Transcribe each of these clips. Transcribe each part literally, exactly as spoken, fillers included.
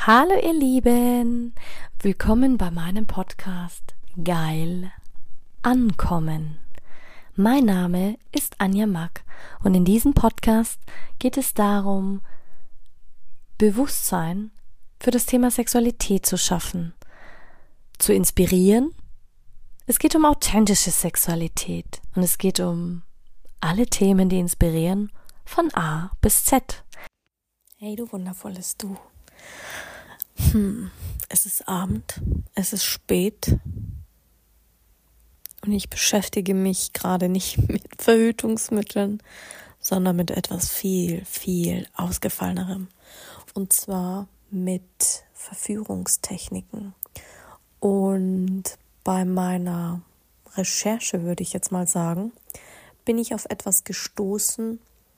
Hallo ihr Lieben, willkommen bei meinem Podcast Geil Ankommen. Mein Name ist Anja Mack und in diesem Podcast geht es darum, Bewusstsein für das Thema Sexualität zu schaffen, zu inspirieren. Es geht um authentische Sexualität und es geht um alle Themen, die inspirieren, von A bis Z. Hey du wundervolles Du. Hm, es ist Abend, es ist spät und ich beschäftige mich gerade nicht mit Verhütungsmitteln, sondern mit etwas viel, viel ausgefallenerem. Und zwar mit Verführungstechniken. Und bei meiner Recherche, würde ich jetzt mal sagen, bin ich auf etwas gestoßen,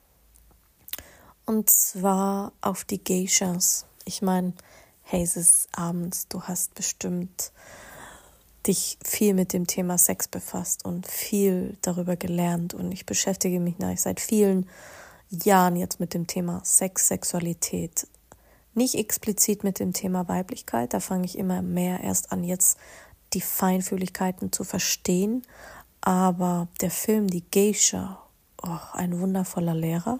und zwar auf die Geishas. Ich meine, hey, es ist abends, du hast bestimmt dich viel mit dem Thema Sex befasst und viel darüber gelernt. Und ich beschäftige mich seit vielen Jahren jetzt mit dem Thema Sex, Sexualität. Nicht explizit mit dem Thema Weiblichkeit, da fange ich immer mehr erst an, jetzt die Feinfühligkeiten zu verstehen. Aber der Film Die Geisha, oh, ein wundervoller Lehrer.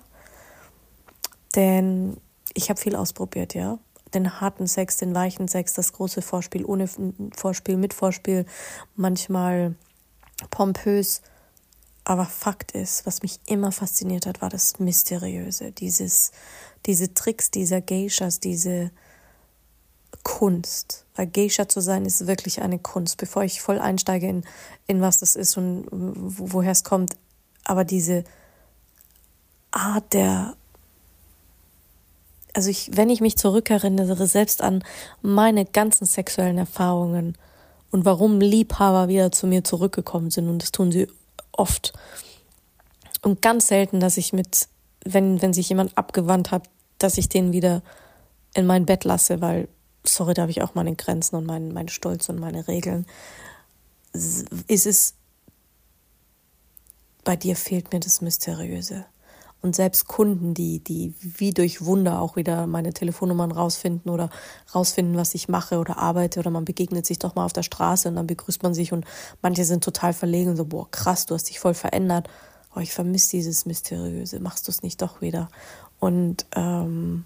Denn ich habe viel ausprobiert, ja. Den harten Sex, den weichen Sex, das große Vorspiel, ohne Vorspiel, mit Vorspiel, manchmal pompös. Aber Fakt ist, was mich immer fasziniert hat, war das Mysteriöse. Dieses, diese Tricks dieser Geishas, diese Kunst. Weil Geisha zu sein ist wirklich eine Kunst. Bevor ich voll einsteige in, in was das ist und woher es kommt. Aber diese Art der Also ich, wenn ich mich zurückerinnere, selbst an meine ganzen sexuellen Erfahrungen und warum Liebhaber wieder zu mir zurückgekommen sind, und das tun sie oft. Und ganz selten, dass ich mit, wenn, wenn sich jemand abgewandt hat, dass ich den wieder in mein Bett lasse, weil, sorry, da habe ich auch meine Grenzen und meinen mein Stolz und meine Regeln. Ist es, bei dir fehlt mir das Mysteriöse. Und selbst Kunden, die, die wie durch Wunder auch wieder meine Telefonnummern rausfinden oder rausfinden, was ich mache oder arbeite, oder man begegnet sich doch mal auf der Straße und dann begrüßt man sich und manche sind total verlegen und so, boah, krass, du hast dich voll verändert. Oh, ich vermisse dieses Mysteriöse, machst du es nicht doch wieder? Und ähm,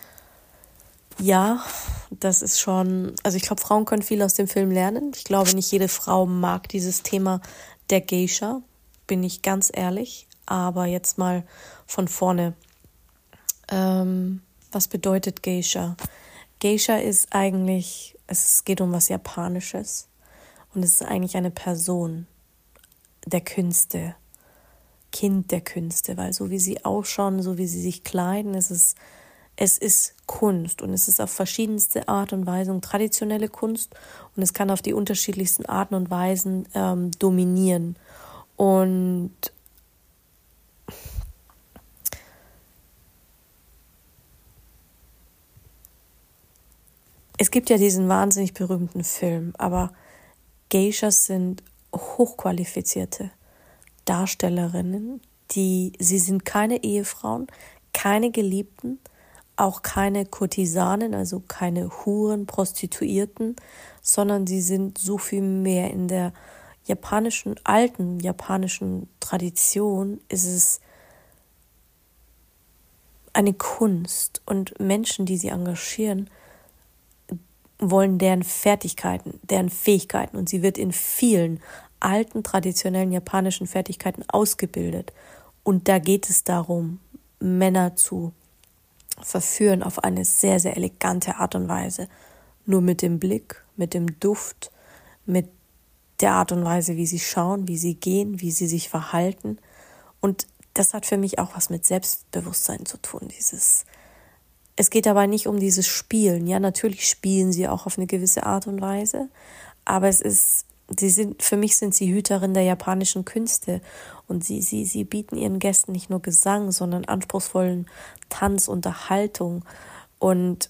ja, das ist schon, also ich glaube, Frauen können viel aus dem Film lernen. Ich glaube, nicht jede Frau mag dieses Thema der Geisha, bin ich ganz ehrlich. Aber jetzt mal von vorne. Ähm, was bedeutet Geisha? Geisha ist eigentlich, es geht um was Japanisches. Und es ist eigentlich eine Person der Künste, Kind der Künste. Weil so wie sie ausschauen, so wie sie sich kleiden, es ist, es ist Kunst. Und es ist auf verschiedenste Art und Weise traditionelle Kunst. Und es kann auf die unterschiedlichsten Arten und Weisen ähm, dominieren. Und es gibt ja diesen wahnsinnig berühmten Film, aber Geishas sind hochqualifizierte Darstellerinnen, die, sie sind keine Ehefrauen, keine Geliebten, auch keine Kurtisanen, also keine Huren, Prostituierten, sondern sie sind so viel mehr. In der japanischen, alten japanischen Tradition ist es eine Kunst, und Menschen, die sie engagieren, wollen deren Fertigkeiten, deren Fähigkeiten, und sie wird in vielen alten, traditionellen japanischen Fertigkeiten ausgebildet. Und da geht es darum, Männer zu verführen auf eine sehr, sehr elegante Art und Weise. Nur mit dem Blick, mit dem Duft, mit der Art und Weise, wie sie schauen, wie sie gehen, wie sie sich verhalten. Und das hat für mich auch was mit Selbstbewusstsein zu tun, dieses Es geht dabei nicht um dieses Spielen. Ja, natürlich spielen sie auch auf eine gewisse Art und Weise, aber es ist, sie sind, für mich sind sie Hüterin der japanischen Künste, und sie, sie, sie bieten ihren Gästen nicht nur Gesang, sondern anspruchsvollen Tanz, Unterhaltung. Und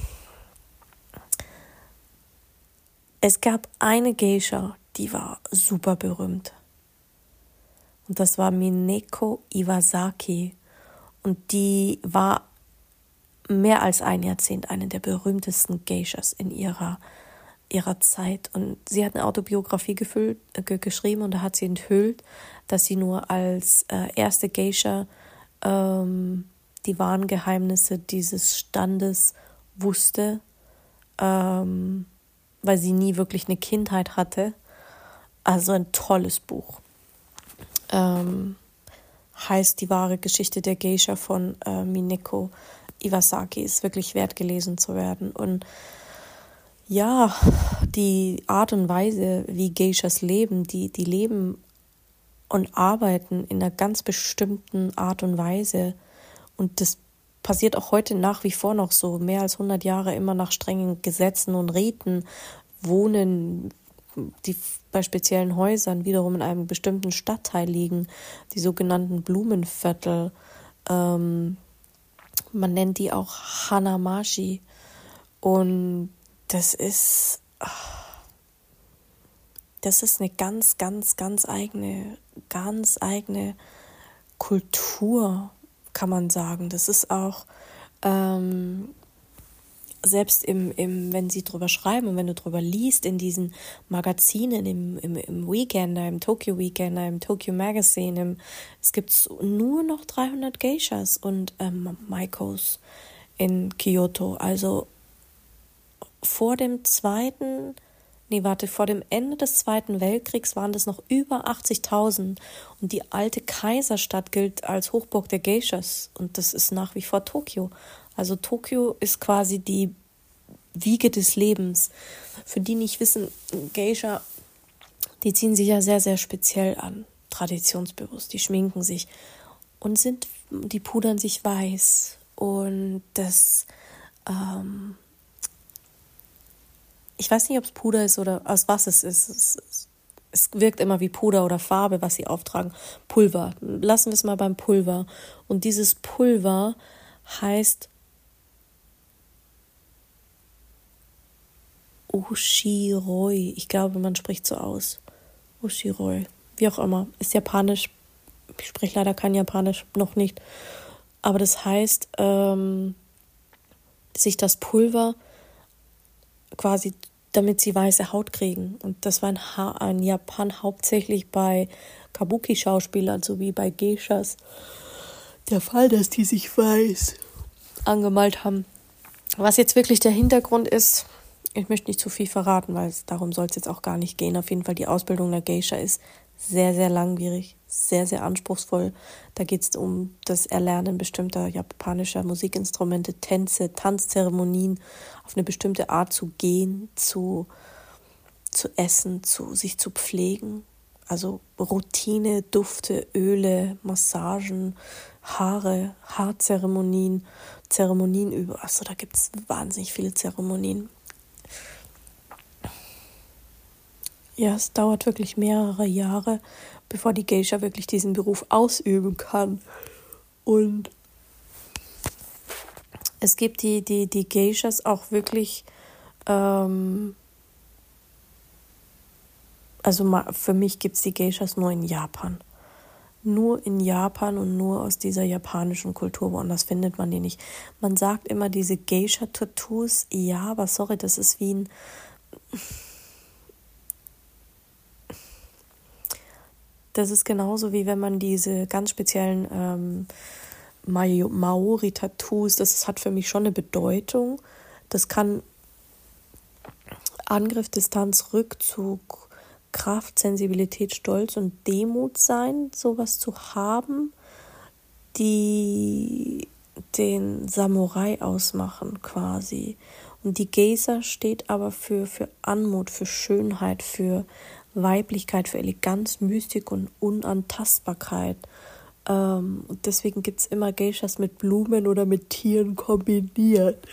es gab eine Geisha, die war super berühmt. Und das war Mineko Iwasaki. Und die war mehr als ein Jahrzehnt eine der berühmtesten Geishas in ihrer, ihrer Zeit. Und sie hat eine Autobiografie gefüllt, äh, geschrieben und da hat sie enthüllt, dass sie nur als äh, erste Geisha ähm, die wahren Geheimnisse dieses Standes wusste, ähm, weil sie nie wirklich eine Kindheit hatte. Also ein tolles Buch. Ähm, heißt Die wahre Geschichte der Geisha von äh, Mineko Iwasaki. Ist wirklich wert, gelesen zu werden. Und ja, die Art und Weise, wie Geishas leben, die, die leben und arbeiten in einer ganz bestimmten Art und Weise. Und das passiert auch heute nach wie vor noch so. Mehr als hundert Jahre immer nach strengen Gesetzen und Riten, wohnen die bei speziellen Häusern wiederum in einem bestimmten Stadtteil liegen, die sogenannten Blumenviertel. Ähm, man nennt die auch Hanamashi. Und das ist, das ist eine ganz, ganz, ganz eigene, ganz eigene Kultur, kann man sagen. Das ist auch ähm, selbst im, im, wenn sie drüber schreiben und wenn du drüber liest in diesen Magazinen, im, im, im Weekender, im Tokyo Weekender, im Tokyo Magazine, im, es gibt nur noch dreihundert Geishas und ähm, Maikos in Kyoto. Also vor dem zweiten, nee, warte, vor dem Ende des Zweiten Weltkriegs waren das noch über achtzigtausend und die alte Kaiserstadt gilt als Hochburg der Geishas und das ist nach wie vor Tokio. Also Tokio ist quasi die Wiege des Lebens. Für die nicht wissen, Geisha, die ziehen sich ja sehr, sehr speziell an, traditionsbewusst. Die schminken sich und sind, die pudern sich weiß. Und das, ähm, ich weiß nicht, ob es Puder ist oder aus was es ist. Es, es wirkt immer wie Puder oder Farbe, was sie auftragen. Pulver. Lassen wir es mal beim Pulver. Und dieses Pulver heißt Ushiroi. Ich glaube, man spricht so aus. Ushiroi. Wie auch immer. Ist japanisch. Ich spreche leider kein Japanisch, noch nicht. Aber das heißt, ähm, sich das Pulver quasi, damit sie weiße Haut kriegen. Und das war in, ha- in Japan hauptsächlich bei Kabuki-Schauspielern sowie bei Geishas der Fall, dass die sich weiß angemalt haben. Was jetzt wirklich der Hintergrund ist, ich möchte nicht zu viel verraten, weil es, darum soll es jetzt auch gar nicht gehen. Auf jeden Fall, die Ausbildung der Geisha ist sehr, sehr langwierig, sehr, sehr anspruchsvoll. Da geht es um das Erlernen bestimmter japanischer Musikinstrumente, Tänze, Tanzzeremonien, auf eine bestimmte Art zu gehen, zu, zu essen, zu sich zu pflegen. Also Routine, Dufte, Öle, Massagen, Haare, Haarzeremonien, Zeremonien über. Achso, da gibt es wahnsinnig viele Zeremonien. Ja, es dauert wirklich mehrere Jahre, bevor die Geisha wirklich diesen Beruf ausüben kann. Und es gibt die, die, die Geishas auch wirklich, ähm, also für mich gibt es die Geishas nur in Japan. Nur in Japan und nur aus dieser japanischen Kultur, woanders findet man die nicht. Man sagt immer, diese Geisha-Tattoos, ja, aber sorry, das ist wie ein... Das ist genauso wie wenn man diese ganz speziellen ähm, Maori-Tattoos, das hat für mich schon eine Bedeutung. Das kann Angriff, Distanz, Rückzug, Kraft, Sensibilität, Stolz und Demut sein, sowas zu haben, die den Samurai ausmachen quasi. Und die Geisha steht aber für, für Anmut, für Schönheit, für Weiblichkeit, für Eleganz, Mystik und Unantastbarkeit. Ähm, und deswegen gibt es immer Geishas mit Blumen oder mit Tieren kombiniert.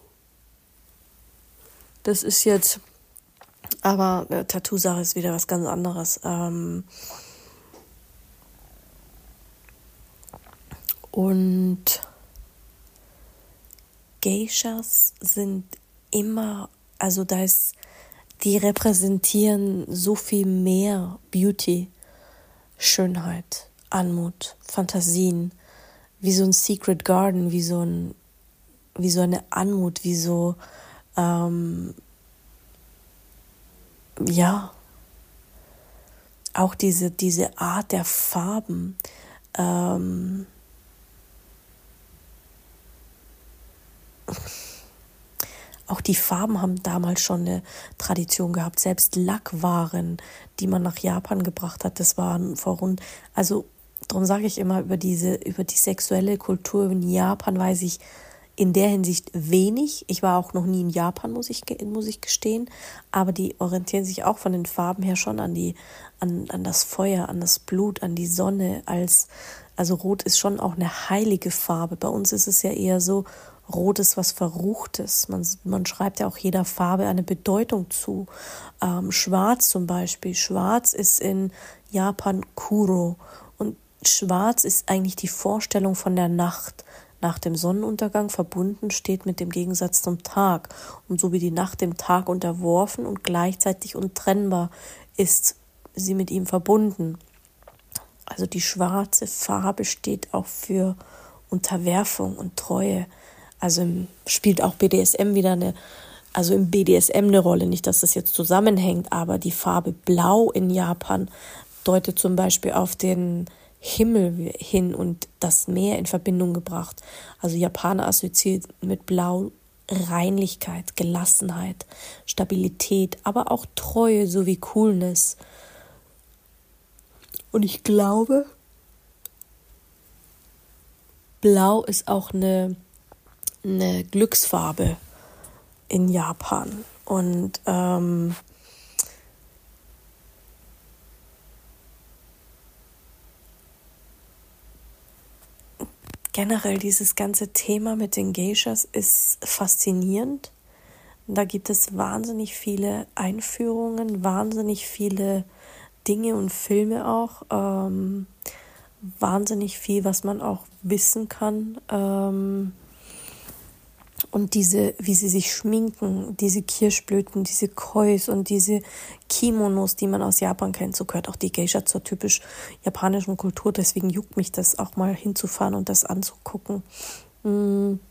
Das ist jetzt, aber äh, Tattoo-Sache ist wieder was ganz anderes. Ähm, und Geishas sind immer, also da ist, die repräsentieren so viel mehr Beauty, Schönheit, Anmut, Fantasien, wie so ein Secret Garden, wie so ein wie so eine Anmut, wie so, ähm, ja, auch diese, diese Art der Farben, ähm, auch die Farben haben damals schon eine Tradition gehabt. Selbst Lackwaren, die man nach Japan gebracht hat, das waren vor rund, also darum sage ich immer, über diese, über die sexuelle Kultur in Japan weiß ich in der Hinsicht wenig. Ich war auch noch nie in Japan, muss ich, muss ich gestehen. Aber die orientieren sich auch von den Farben her schon an die, an, an das Feuer, an das Blut, an die Sonne. Als, also Rot ist schon auch eine heilige Farbe. Bei uns ist es ja eher so, Rot ist was Verruchtes. Man, man schreibt ja auch jeder Farbe eine Bedeutung zu. Ähm, Schwarz zum Beispiel. Schwarz ist in Japan Kuro. Und Schwarz ist eigentlich die Vorstellung von der Nacht. Nach dem Sonnenuntergang verbunden steht mit dem Gegensatz zum Tag. Und so wie die Nacht dem Tag unterworfen und gleichzeitig untrennbar ist sie mit ihm verbunden. Also die schwarze Farbe steht auch für Unterwerfung und Treue. Also spielt auch B D S M wieder eine, also im B D S M eine Rolle. Nicht, dass das jetzt zusammenhängt, aber die Farbe Blau in Japan deutet zum Beispiel auf den Himmel hin und das Meer in Verbindung gebracht. Also Japaner assoziiert mit Blau Reinlichkeit, Gelassenheit, Stabilität, aber auch Treue sowie Coolness. Und ich glaube, Blau ist auch eine, eine Glücksfarbe in Japan. Und ähm, generell dieses ganze Thema mit den Geishas ist faszinierend. Da gibt es wahnsinnig viele Einführungen, wahnsinnig viele Dinge und Filme auch. Ähm, wahnsinnig viel, was man auch wissen kann. Ähm, und diese, wie sie sich schminken, diese Kirschblüten, diese Kois und diese Kimonos, die man aus Japan kennt, so gehört auch die Geisha zur typisch japanischen Kultur. Deswegen juckt mich das auch mal hinzufahren und das anzugucken. Und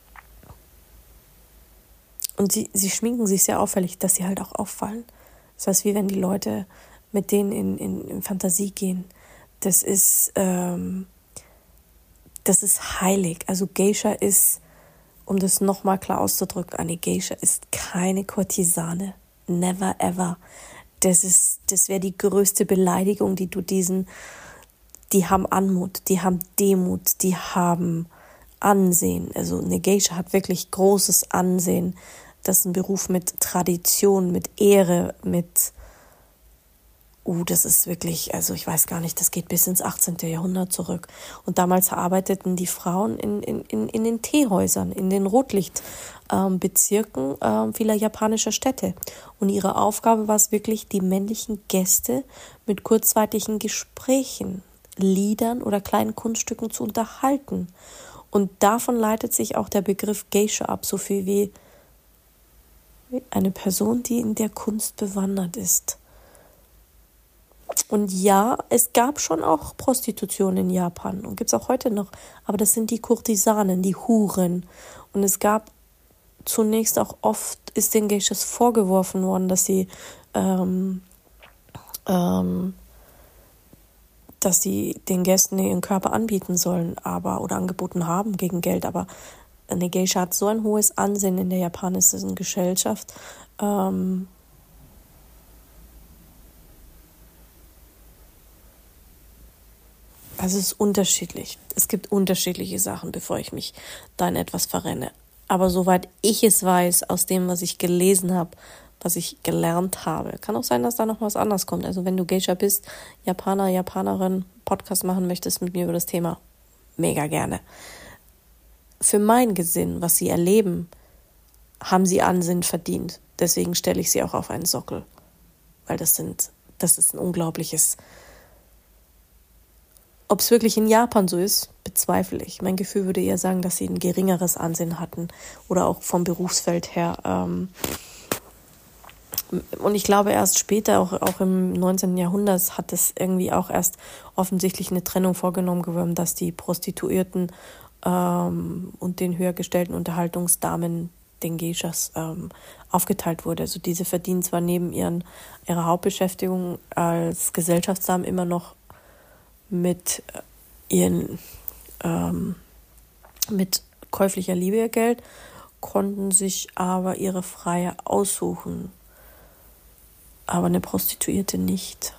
sie, sie schminken sich sehr auffällig, dass sie halt auch auffallen. Das heißt, wie wenn die Leute mit denen in, in, in Fantasie gehen. Das ist, ähm, das ist heilig. Also Geisha ist, um das nochmal klar auszudrücken, eine Geisha ist keine Kurtisane. Never ever. Das ist, das wäre die größte Beleidigung, die du diesen, die haben Anmut, die haben Demut, die haben Ansehen. Also eine Geisha hat wirklich großes Ansehen. Das ist ein Beruf mit Tradition, mit Ehre, mit Uh, das ist wirklich, also ich weiß gar nicht, das geht bis ins achtzehnten Jahrhundert zurück. Und damals arbeiteten die Frauen in, in, in, in den Teehäusern, in den Rotlichtbezirken ähm, äh, vieler japanischer Städte. Und ihre Aufgabe war es wirklich, die männlichen Gäste mit kurzweiligen Gesprächen, Liedern oder kleinen Kunststücken zu unterhalten. Und davon leitet sich auch der Begriff Geisha ab, so viel wie eine Person, die in der Kunst bewandert ist. Und ja, es gab schon auch Prostitution in Japan und gibt es auch heute noch, aber das sind die Kurtisanen, die Huren. Und es gab zunächst auch oft, ist den Geishas vorgeworfen worden, dass sie, ähm, ähm, dass sie den Gästen ihren Körper anbieten sollen, aber oder angeboten haben gegen Geld. Aber eine Geisha hat so ein hohes Ansehen in der japanischen Gesellschaft, ähm, Also es ist unterschiedlich. Es gibt unterschiedliche Sachen, bevor ich mich da in etwas verrenne. Aber soweit ich es weiß, aus dem, was ich gelesen habe, was ich gelernt habe, kann auch sein, dass da noch was anderes kommt. Also wenn du Geisha bist, Japaner, Japanerin, Podcast machen möchtest mit mir über das Thema, mega gerne. Für mein Gesinn, was sie erleben, haben sie Ansehen verdient. Deswegen stelle ich sie auch auf einen Sockel. Weil das sind, das ist ein unglaubliches... Ob es wirklich in Japan so ist, bezweifle ich. Mein Gefühl würde eher sagen, dass sie ein geringeres Ansehen hatten oder auch vom Berufsfeld her. Ähm und ich glaube, erst später, auch, auch im neunzehnten Jahrhundert, hat es irgendwie auch erst offensichtlich eine Trennung vorgenommen geworden, dass die Prostituierten ähm, und den höher gestellten Unterhaltungsdamen, den Geishas, ähm, aufgeteilt wurde. Also diese verdienen zwar neben ihren, ihrer Hauptbeschäftigung als Gesellschaftsdamen immer noch mit ihren ähm, mit käuflicher Liebe ihr Geld, konnten sich aber ihre Freie aussuchen, aber eine Prostituierte nicht.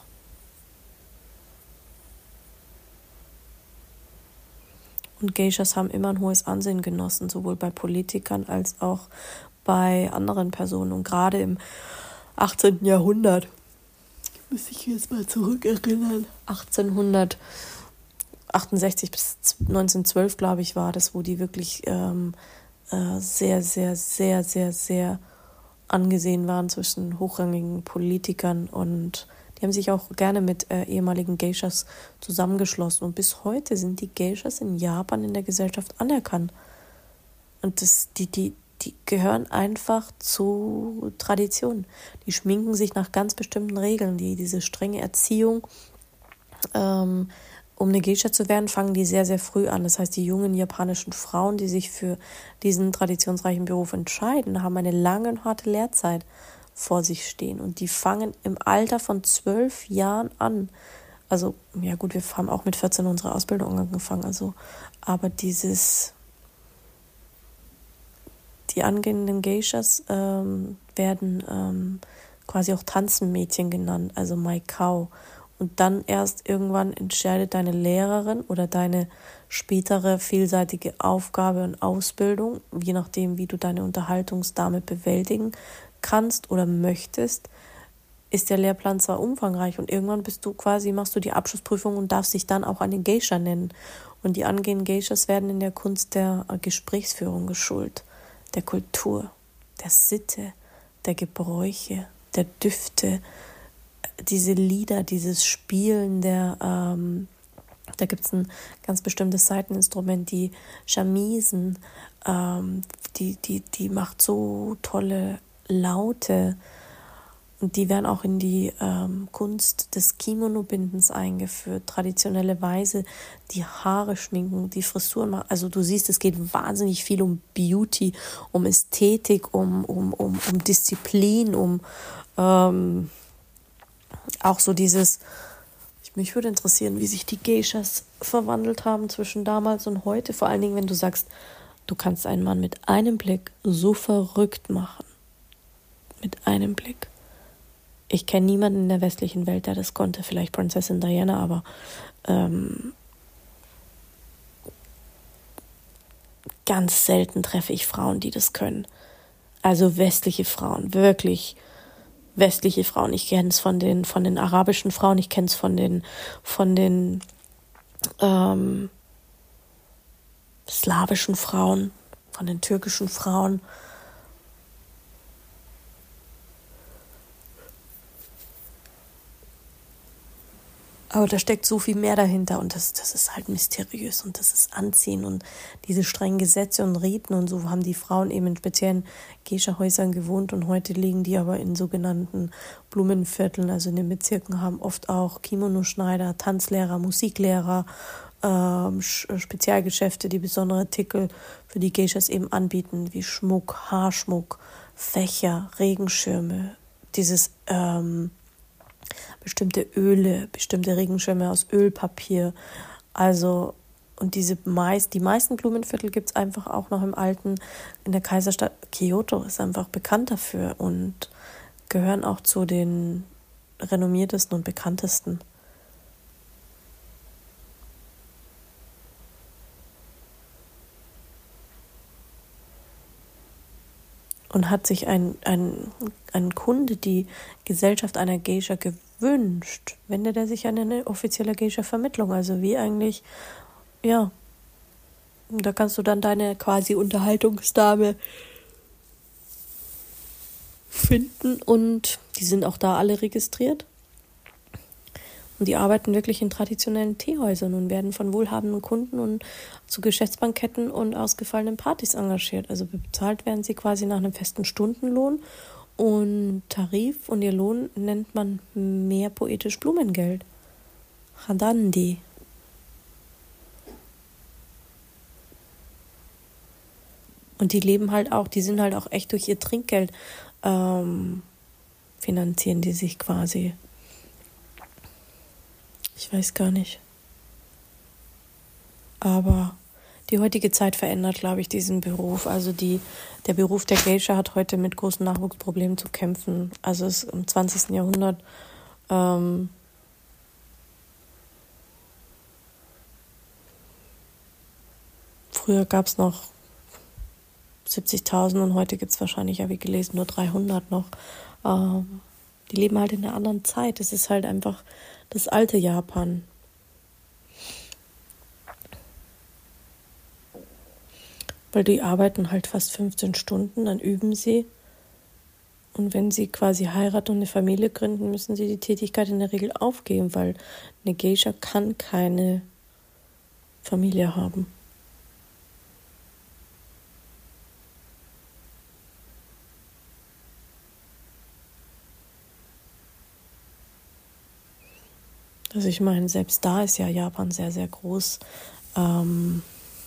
Und Geishas haben immer ein hohes Ansehen genossen, sowohl bei Politikern als auch bei anderen Personen. Und gerade im achtzehnten. Jahrhundert, muss ich jetzt mal zurückerinnern, achtzehnhundertachtundsechzig bis neunzehnhundertzwölf, glaube ich, war das, wo die wirklich ähm, äh, sehr, sehr, sehr, sehr, sehr angesehen waren zwischen hochrangigen Politikern, und die haben sich auch gerne mit äh, ehemaligen Geishas zusammengeschlossen. Und bis heute sind die Geishas in Japan in der Gesellschaft anerkannt. Und das, die, die, die gehören einfach zur Tradition. Die schminken sich nach ganz bestimmten Regeln. Die, diese strenge Erziehung, ähm, um eine Geisha zu werden, fangen die sehr, sehr früh an. Das heißt, die jungen japanischen Frauen, die sich für diesen traditionsreichen Beruf entscheiden, haben eine lange und harte Lehrzeit vor sich stehen. Und die fangen im Alter von zwölf Jahren an. Also, ja gut, wir haben auch mit vierzehn unsere Ausbildung angefangen. Also, aber dieses, die angehenden Geishas ähm, werden ähm, quasi auch Tanzenmädchen genannt, also Maikau. Und dann erst irgendwann entscheidet deine Lehrerin oder deine spätere vielseitige Aufgabe und Ausbildung, je nachdem, wie du deine Unterhaltungsdame bewältigen kannst oder möchtest, ist der Lehrplan zwar umfangreich, und irgendwann bist du quasi, machst du die Abschlussprüfung und darfst dich dann auch eine Geisha nennen. Und die angehenden Geishas werden in der Kunst der Gesprächsführung geschult, der Kultur, der Sitte, der Gebräuche, der Düfte, diese Lieder, dieses Spielen der, ähm, da gibt es ein ganz bestimmtes Saiteninstrument, die Shamisen, ähm, die, die, die macht so tolle Laute, und die werden auch in die ähm, Kunst des Kimono-Bindens eingeführt, traditionelle Weise, die Haare schminken, die Frisuren machen. Also du siehst, es geht wahnsinnig viel um Beauty, um Ästhetik, um, um, um, um Disziplin, um ähm, auch so dieses, mich würde interessieren, wie sich die Geishas verwandelt haben zwischen damals und heute. Vor allen Dingen, wenn du sagst, du kannst einen Mann mit einem Blick so verrückt machen. Mit einem Blick. Ich kenne niemanden in der westlichen Welt, der das konnte. Vielleicht Prinzessin Diana, aber ähm, ganz selten treffe ich Frauen, die das können. Also westliche Frauen, wirklich westliche Frauen. Ich kenne es von den von den arabischen Frauen, ich kenne es von den von den ähm, slawischen Frauen, von den türkischen Frauen. Aber da steckt so viel mehr dahinter, und das, das ist halt mysteriös, und das ist Anziehen und diese strengen Gesetze und Riten, und so haben die Frauen eben in speziellen Geisha-Häusern gewohnt, und heute liegen die aber in sogenannten Blumenvierteln, also in den Bezirken, haben oft auch Kimono-Schneider, Tanzlehrer, Musiklehrer, ähm, Spezialgeschäfte, die besondere Artikel für die Geishas eben anbieten, wie Schmuck, Haarschmuck, Fächer, Regenschirme, dieses ähm, bestimmte Öle, bestimmte Regenschirme aus Ölpapier. Also, und diese meist, die meisten Blumenviertel gibt es einfach auch noch im alten, in der Kaiserstadt. Kyoto ist einfach bekannt dafür und gehören auch zu den renommiertesten und bekanntesten. Und hat sich ein, ein, ein Kunde die Gesellschaft einer Geisha gewünscht, wendet er sich an eine offizielle Geisha-Vermittlung. Also wie eigentlich, ja, da kannst du dann deine quasi Unterhaltungsdame finden, und die sind auch da alle registriert. Und die arbeiten wirklich in traditionellen Teehäusern und werden von wohlhabenden Kunden und zu Geschäftsbanketten und ausgefallenen Partys engagiert. Also bezahlt werden sie quasi nach einem festen Stundenlohn und Tarif, und ihr Lohn nennt man mehr poetisch Blumengeld. Hadandi. Und die leben halt auch, die sind halt auch echt durch ihr Trinkgeld ähm, finanzieren die sich quasi. Ich weiß gar nicht. Aber die heutige Zeit verändert, glaube ich, diesen Beruf. Also die, der Beruf der Geisha hat heute mit großen Nachwuchsproblemen zu kämpfen. Also es ist im zwanzigsten Jahrhundert ähm, früher gab es noch siebzigtausend und heute gibt es wahrscheinlich, habe ich gelesen, nur dreihundert noch. Ähm, die leben halt in einer anderen Zeit. Es ist halt einfach das alte Japan. Weil die arbeiten halt fast fünfzehn Stunden, dann üben sie. Und wenn sie quasi heiraten und eine Familie gründen, müssen sie die Tätigkeit in der Regel aufgeben, weil eine Geisha kann keine Familie haben. Also ich meine, selbst da ist ja Japan sehr, sehr groß. Ähm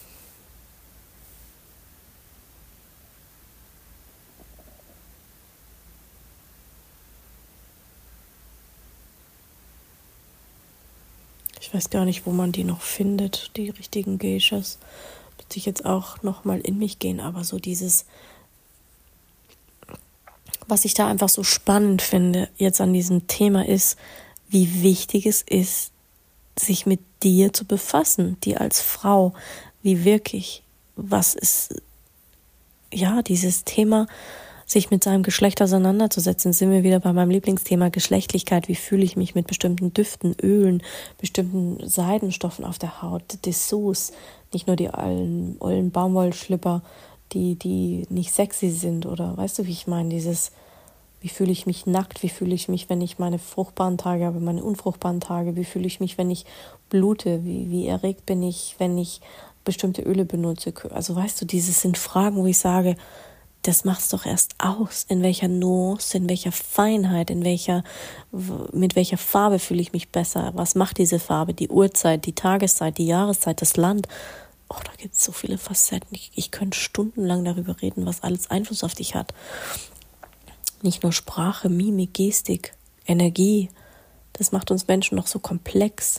ich weiß gar nicht, wo man die noch findet, die richtigen Geishas. Müsste ich jetzt auch nochmal in mich gehen, aber so dieses, was ich da einfach so spannend finde jetzt an diesem Thema ist, wie wichtig es ist, sich mit dir zu befassen, dir als Frau, wie wirklich, was ist, ja, dieses Thema, sich mit seinem Geschlecht auseinanderzusetzen, sind wir wieder bei meinem Lieblingsthema Geschlechtlichkeit, wie fühle ich mich mit bestimmten Düften, Ölen, bestimmten Seidenstoffen auf der Haut, Dessous, nicht nur die ollen, ollen Baumwollschlipper, die, die nicht sexy sind, oder weißt du, wie ich meine, dieses, wie fühle ich mich nackt, wie fühle ich mich, wenn ich meine fruchtbaren Tage habe, meine unfruchtbaren Tage, wie fühle ich mich, wenn ich blute, wie, wie erregt bin ich, wenn ich bestimmte Öle benutze. Also weißt du, dieses sind Fragen, wo ich sage, das macht's doch erst aus, in welcher Nuance, in welcher Feinheit, in welcher, mit welcher Farbe fühle ich mich besser, was macht diese Farbe, die Uhrzeit, die Tageszeit, die Jahreszeit, das Land. Oh, da gibt es so viele Facetten, ich, ich könnte stundenlang darüber reden, was alles Einfluss auf dich hat. Nicht nur Sprache, Mimik, Gestik, Energie, das macht uns Menschen noch so komplex.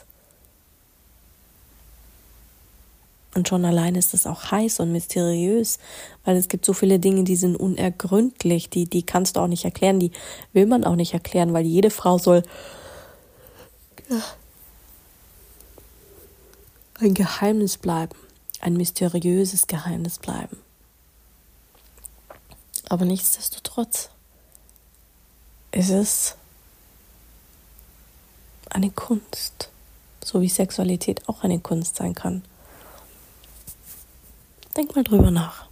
Und schon allein ist es auch heiß und mysteriös, weil es gibt so viele Dinge, die sind unergründlich, die, die kannst du auch nicht erklären, die will man auch nicht erklären, weil jede Frau soll ein Geheimnis bleiben, ein mysteriöses Geheimnis bleiben. Aber nichtsdestotrotz ist es eine Kunst, so wie Sexualität auch eine Kunst sein kann. Denk mal drüber nach.